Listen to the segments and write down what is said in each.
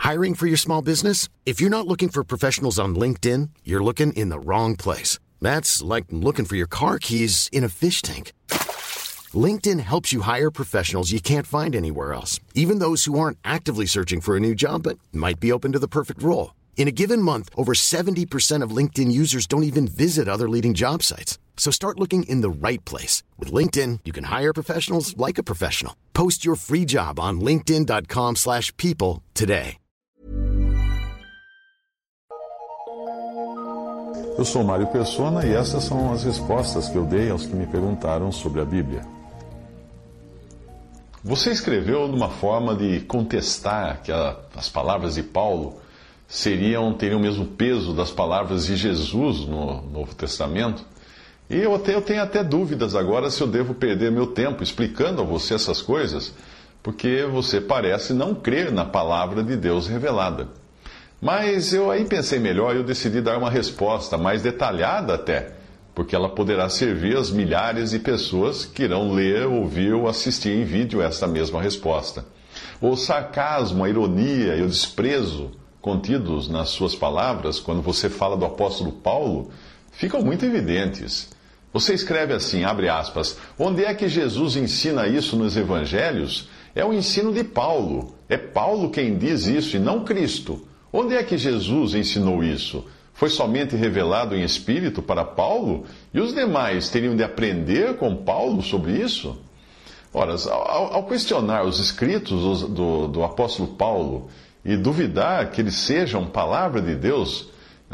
Hiring for your small business? If you're not looking for professionals on LinkedIn, you're looking in the wrong place. That's like looking for your car keys in a fish tank. LinkedIn helps you hire professionals you can't find anywhere else, even those who aren't actively searching for a new job but might be open to the perfect role. In a given month, over 70% of LinkedIn users don't even visit other leading job sites. So start looking in the right place. With LinkedIn, you can hire professionals like a professional. Post your free job on linkedin.com/people today. Eu sou Mário Persona e essas são as respostas que eu dei aos que me perguntaram sobre a Bíblia. Você escreveu de uma forma de contestar que as palavras de Paulo teriam o mesmo peso das palavras de Jesus no Novo Testamento. E eu tenho até dúvidas agora se eu devo perder meu tempo explicando a você essas coisas, porque você parece não crer na palavra de Deus revelada. Mas eu aí pensei melhor e eu decidi dar uma resposta mais detalhada até, porque ela poderá servir às milhares de pessoas que irão ler, ouvir ou assistir em vídeo essa mesma resposta. O sarcasmo, a ironia e o desprezo contidos nas suas palavras, quando você fala do apóstolo Paulo, ficam muito evidentes. Você escreve assim, abre aspas, onde é que Jesus ensina isso nos evangelhos? É o ensino de Paulo. É Paulo quem diz isso e não Cristo. Onde é que Jesus ensinou isso? Foi somente revelado em espírito para Paulo? E os demais teriam de aprender com Paulo sobre isso? Ora, ao questionar os escritos do apóstolo Paulo e duvidar que eles sejam palavra de Deus,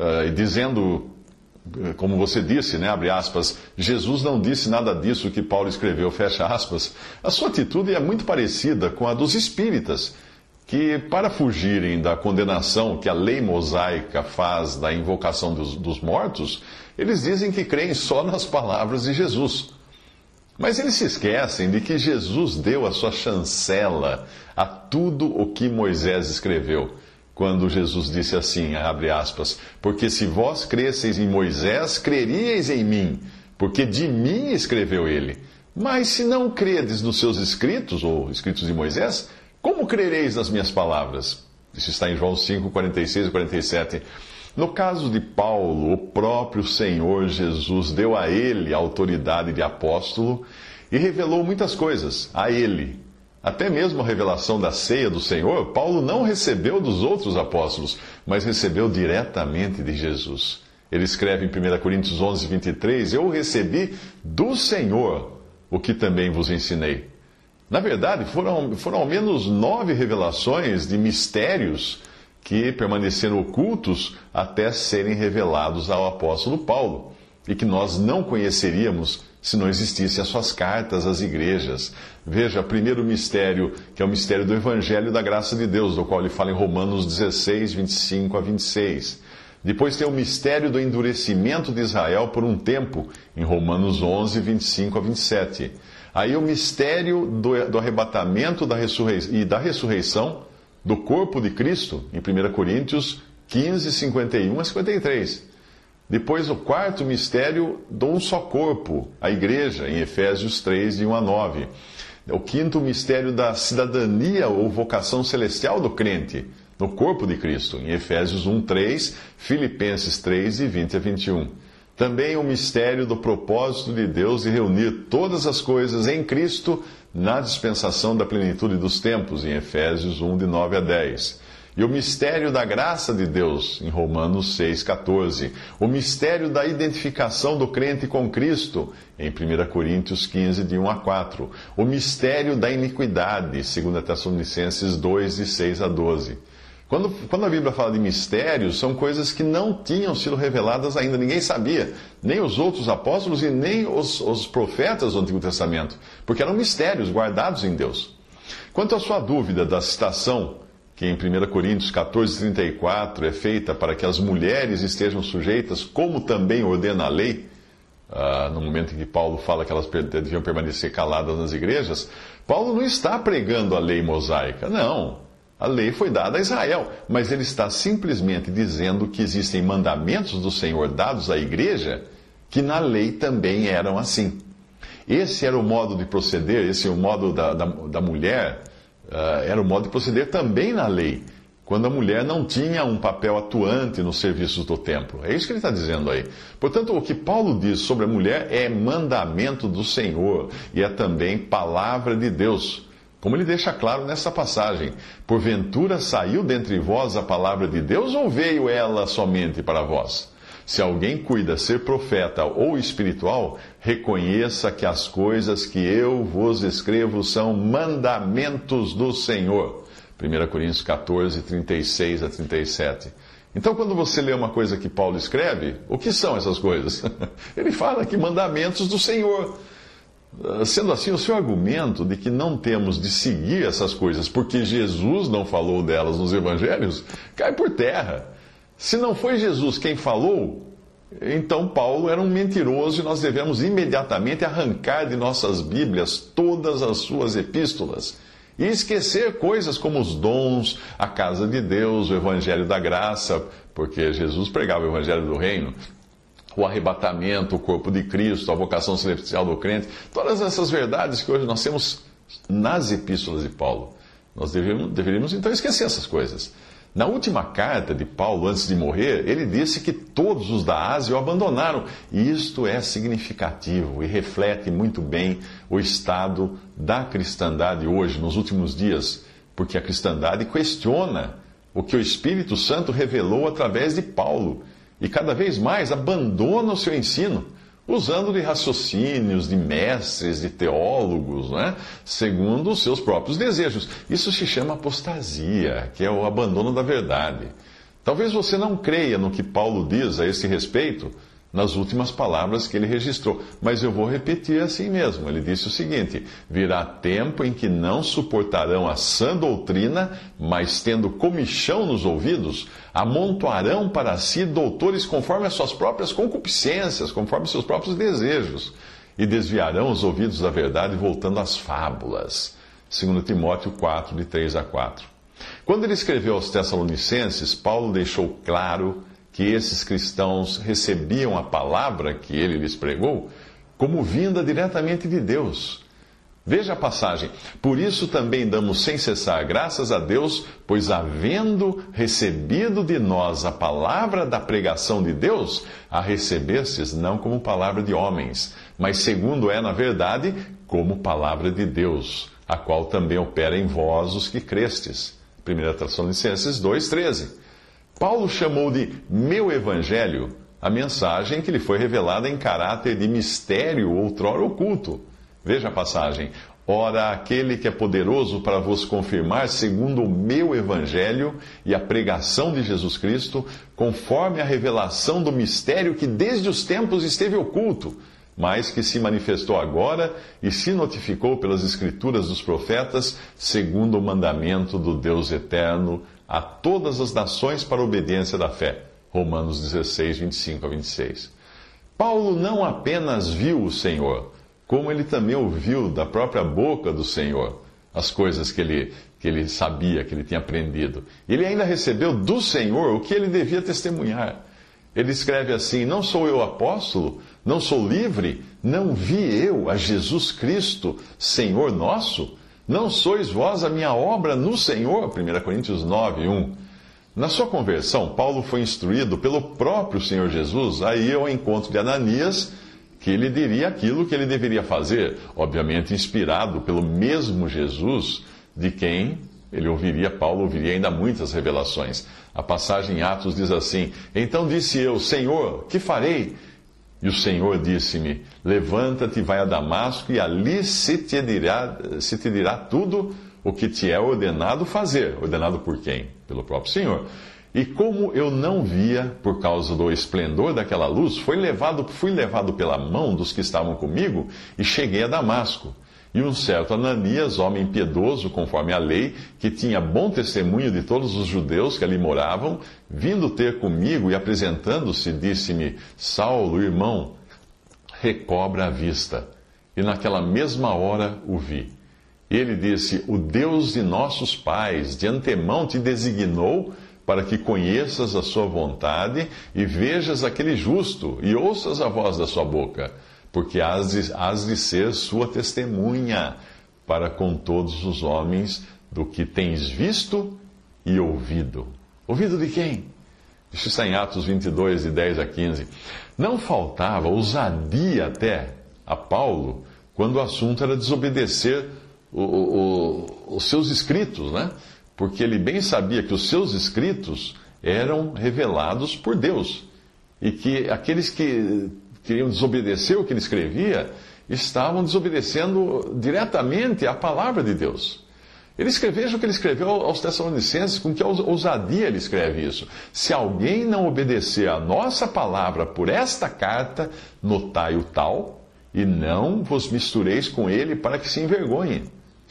dizendo, como você disse, né, abre aspas, Jesus não disse nada disso que Paulo escreveu, fecha aspas, a sua atitude é muito parecida com a dos espíritas, que, para fugirem da condenação que a lei mosaica faz da invocação dos mortos, eles dizem que creem só nas palavras de Jesus. Mas eles se esquecem de que Jesus deu a sua chancela a tudo o que Moisés escreveu, quando Jesus disse assim, abre aspas, porque se vós cresceis em Moisés, creríeis em mim, porque de mim escreveu ele. Mas se não credes nos seus escritos, ou escritos de Moisés, como crereis nas minhas palavras? Isso está em João 5, 46 e 47. No caso de Paulo, o próprio Senhor Jesus deu a ele a autoridade de apóstolo e revelou muitas coisas a ele. Até mesmo a revelação da ceia do Senhor, Paulo não recebeu dos outros apóstolos, mas recebeu diretamente de Jesus. Ele escreve em 1 Coríntios 11, 23, eu recebi do Senhor o que também vos ensinei. Na verdade, foram ao menos 9 revelações de mistérios que permaneceram ocultos até serem revelados ao apóstolo Paulo, e que nós não conheceríamos se não existissem as suas cartas às igrejas. Veja, primeiro mistério, que é o mistério do Evangelho da Graça de Deus, do qual ele fala em Romanos 16, 25 a 26. Depois tem o mistério do endurecimento de Israel por um tempo, em Romanos 11, 25 a 27. Aí o mistério do arrebatamento e da ressurreição do corpo de Cristo, em 1 Coríntios 15, 51 a 53. Depois o quarto mistério de um só corpo, a igreja, em Efésios 3, de 1 a 9. O quinto mistério da cidadania ou vocação celestial do crente, no corpo de Cristo, em Efésios 1, 3, Filipenses 3, de 20 a 21. Também o mistério do propósito de Deus de reunir todas as coisas em Cristo na dispensação da plenitude dos tempos, em Efésios 1, de 9 a 10. E o mistério da graça de Deus, em Romanos 6, 14. O mistério da identificação do crente com Cristo, em 1 Coríntios 15, de 1 a 4. O mistério da iniquidade, 2 Tessalonicenses 2, de 6 a 12. Quando a Bíblia fala de mistérios, são coisas que não tinham sido reveladas ainda, ninguém sabia, nem os outros apóstolos e nem os profetas do Antigo Testamento, porque eram mistérios guardados em Deus. Quanto à sua dúvida da citação, que em 1 Coríntios 14, 34 é feita para que as mulheres estejam sujeitas, como também ordena a lei, no momento em que Paulo fala que elas deviam permanecer caladas nas igrejas, Paulo não está pregando a lei mosaica, não. A lei foi dada a Israel, mas ele está simplesmente dizendo que existem mandamentos do Senhor dados à igreja que na lei também eram assim. Esse era o modo de proceder, esse é o modo da mulher, era o modo de proceder também na lei. quando a mulher não tinha um papel atuante nos serviços do templo. É isso que ele está dizendo aí. Portanto, o que Paulo diz sobre a mulher é mandamento do Senhor e é também palavra de Deus. Como ele deixa claro nessa passagem: porventura saiu dentre vós a palavra de Deus ou veio ela somente para vós? Se alguém cuida ser profeta ou espiritual, reconheça que as coisas que eu vos escrevo são mandamentos do Senhor. 1 Coríntios 14, 36 a 37. Então, quando você lê uma coisa que Paulo escreve, o que são essas coisas? Ele fala que mandamentos do Senhor. Sendo assim, o seu argumento de que não temos de seguir essas coisas porque Jesus não falou delas nos evangelhos, cai por terra. Se não foi Jesus quem falou, então Paulo era um mentiroso e nós devemos imediatamente arrancar de nossas Bíblias todas as suas epístolas e esquecer coisas como os dons, a casa de Deus, o evangelho da graça, porque Jesus pregava o evangelho do reino, o arrebatamento, o corpo de Cristo, a vocação celestial do crente, todas essas verdades que hoje nós temos nas epístolas de Paulo. Nós deveríamos então esquecer essas coisas. Na última carta de Paulo, antes de morrer, ele disse que todos os da Ásia o abandonaram. E isto é significativo e reflete muito bem o estado da cristandade hoje, nos últimos dias, porque a cristandade questiona o que o Espírito Santo revelou através de Paulo e cada vez mais abandona o seu ensino, usando de raciocínios, de mestres, de teólogos, né, segundo os seus próprios desejos. Isso se chama apostasia, que é o abandono da verdade. Talvez você não creia no que Paulo diz a esse respeito nas últimas palavras que ele registrou, mas eu vou repetir assim mesmo. Ele disse o seguinte: virá tempo em que não suportarão a sã doutrina, mas tendo comichão nos ouvidos, amontoarão para si doutores conforme as suas próprias concupiscências, conforme os seus próprios desejos, e desviarão os ouvidos da verdade, voltando às fábulas. 2 Timóteo 4, de 3 a 4. Quando ele escreveu aos Tessalonicenses, Paulo deixou claro que esses cristãos recebiam a palavra que ele lhes pregou como vinda diretamente de Deus. Veja a passagem: por isso também damos sem cessar graças a Deus, pois havendo recebido de nós a palavra da pregação de Deus, a recebestes não como palavra de homens, mas segundo é na verdade, como palavra de Deus, a qual também opera em vós os que crestes. 1 Tessalonicenses 2,13. Paulo chamou de meu evangelho a mensagem que lhe foi revelada em caráter de mistério outrora oculto. Veja a passagem: ora, aquele que é poderoso para vos confirmar segundo o meu evangelho e a pregação de Jesus Cristo, conforme a revelação do mistério que desde os tempos esteve oculto, mas que se manifestou agora e se notificou pelas escrituras dos profetas, segundo o mandamento do Deus eterno, a todas as nações para a obediência da fé. Romanos 16, 25 a 26. Paulo não apenas viu o Senhor, como ele também ouviu da própria boca do Senhor as coisas que ele sabia, que ele tinha aprendido. Ele ainda recebeu do Senhor o que ele devia testemunhar. Ele escreve assim: não sou eu apóstolo? Não sou livre? Não vi eu a Jesus Cristo, Senhor nosso? Não sois vós a minha obra no Senhor? 1 Coríntios 9, 1. Na sua conversão, Paulo foi instruído pelo próprio Senhor Jesus a ir ao encontro de Ananias, que lhe diria aquilo que ele deveria fazer, obviamente inspirado pelo mesmo Jesus, de quem Paulo ouviria ainda muitas revelações. A passagem em Atos diz assim: então disse eu, Senhor, que farei? E o Senhor disse-me: levanta-te e vai a Damasco, e ali se te dirá tudo o que te é ordenado fazer. Ordenado por quem? Pelo próprio Senhor. E como eu não via, por causa do esplendor daquela luz, fui levado pela mão dos que estavam comigo e cheguei a Damasco. E um certo Ananias, homem piedoso conforme a lei, que tinha bom testemunho de todos os judeus que ali moravam, vindo ter comigo e apresentando-se, disse-me: Saulo, irmão, recobra a vista. E naquela mesma hora o vi. Ele disse: o Deus de nossos pais de antemão te designou para que conheças a sua vontade e vejas aquele justo e ouças a voz da sua boca, porque has de ser sua testemunha para com todos os homens do que tens visto e ouvido. Ouvido de quem? Isso está em Atos 22, de 10 a 15. Não faltava ousadia até a Paulo quando o assunto era desobedecer os seus escritos, né? Porque ele bem sabia que os seus escritos eram revelados por Deus. E que aqueles que queriam desobedecer o que ele escrevia estavam desobedecendo diretamente a palavra de Deus. Veja o que ele escreveu aos Tessalonicenses, com que ousadia ele escreve isso. Se alguém não obedecer a nossa palavra por esta carta, notai o tal, e não vos mistureis com ele para que se envergonhe.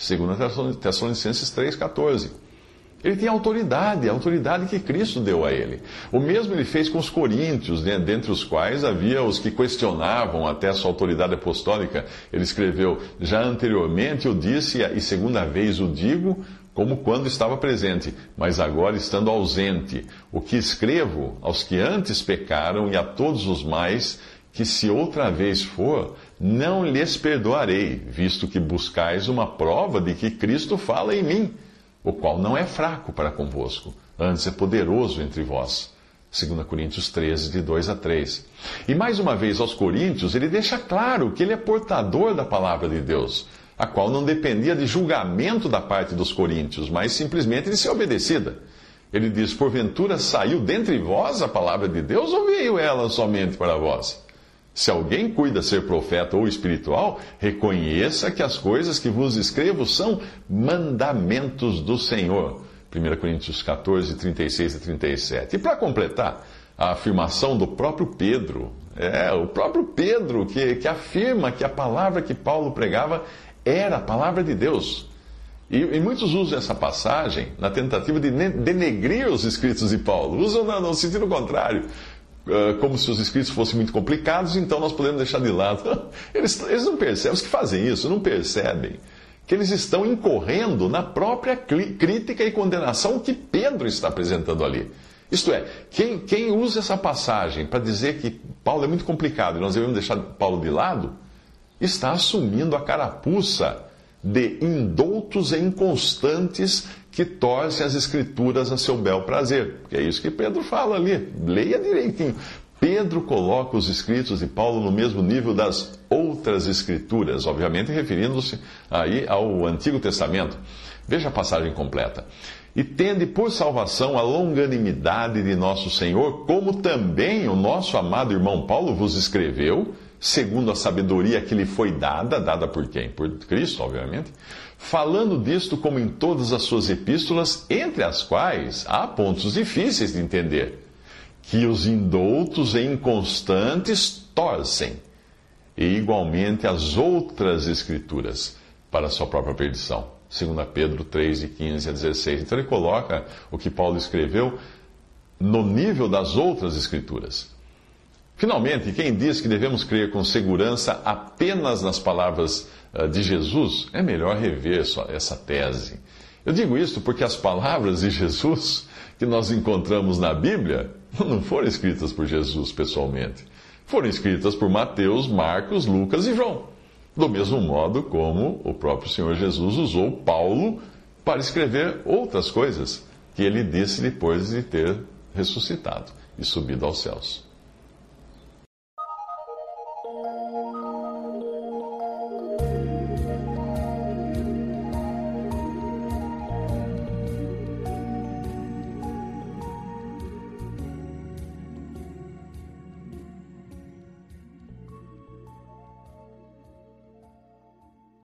2 Tessalonicenses 3,14. Ele tem autoridade, a autoridade que Cristo deu a ele. O mesmo ele fez com os coríntios, né, dentre os quais havia os que questionavam até a sua autoridade apostólica. Ele escreveu, já anteriormente eu disse, e segunda vez o digo, como quando estava presente, mas agora estando ausente. O que escrevo aos que antes pecaram e a todos os mais, que se outra vez for, não lhes perdoarei, visto que buscais uma prova de que Cristo fala em mim, o qual não é fraco para convosco, antes é poderoso entre vós. 2 Coríntios 13, de 2 a 3. E mais uma vez aos Coríntios, ele deixa claro que ele é portador da palavra de Deus, a qual não dependia de julgamento da parte dos coríntios, mas simplesmente de ser obedecida. Ele diz, porventura saiu dentre vós a palavra de Deus, ou veio ela somente para vós? Se alguém cuida ser profeta ou espiritual, reconheça que as coisas que vos escrevo são mandamentos do Senhor. 1 Coríntios 14, 36 e 37. E para completar, a afirmação do próprio Pedro, o próprio Pedro que afirma que a palavra que Paulo pregava era a palavra de Deus. E muitos usam essa passagem na tentativa de denegrir os escritos de Paulo. Usam no sentido contrário. Como se os escritos fossem muito complicados, então nós podemos deixar de lado. Eles não percebem, os que fazem isso não percebem que eles estão incorrendo na própria crítica e condenação que Pedro está apresentando ali. Isto é, quem usa essa passagem para dizer que Paulo é muito complicado e nós devemos deixar Paulo de lado, está assumindo a carapuça de indoutos e inconstantes que torcem as Escrituras a seu bel prazer. Que é isso que Pedro fala ali. Leia direitinho. Pedro coloca os escritos de Paulo no mesmo nível das outras Escrituras, obviamente referindo-se aí ao Antigo Testamento. Veja a passagem completa. E tende por salvação a longanimidade de nosso Senhor, como também o nosso amado irmão Paulo vos escreveu, segundo a sabedoria que lhe foi dada por quem? Por Cristo, obviamente, falando disto como em todas as suas epístolas, entre as quais há pontos difíceis de entender, que os indoutos e inconstantes torcem, e igualmente as outras Escrituras, para a sua própria perdição. 2 Pedro 3, de 15 a 16. Então ele coloca o que Paulo escreveu no nível das outras Escrituras. Finalmente, quem diz que devemos crer com segurança apenas nas palavras de Jesus, é melhor rever essa tese. Eu digo isso porque as palavras de Jesus que nós encontramos na Bíblia não foram escritas por Jesus pessoalmente. Foram escritas por Mateus, Marcos, Lucas e João. Do mesmo modo como o próprio Senhor Jesus usou Paulo para escrever outras coisas que ele disse depois de ter ressuscitado e subido aos céus.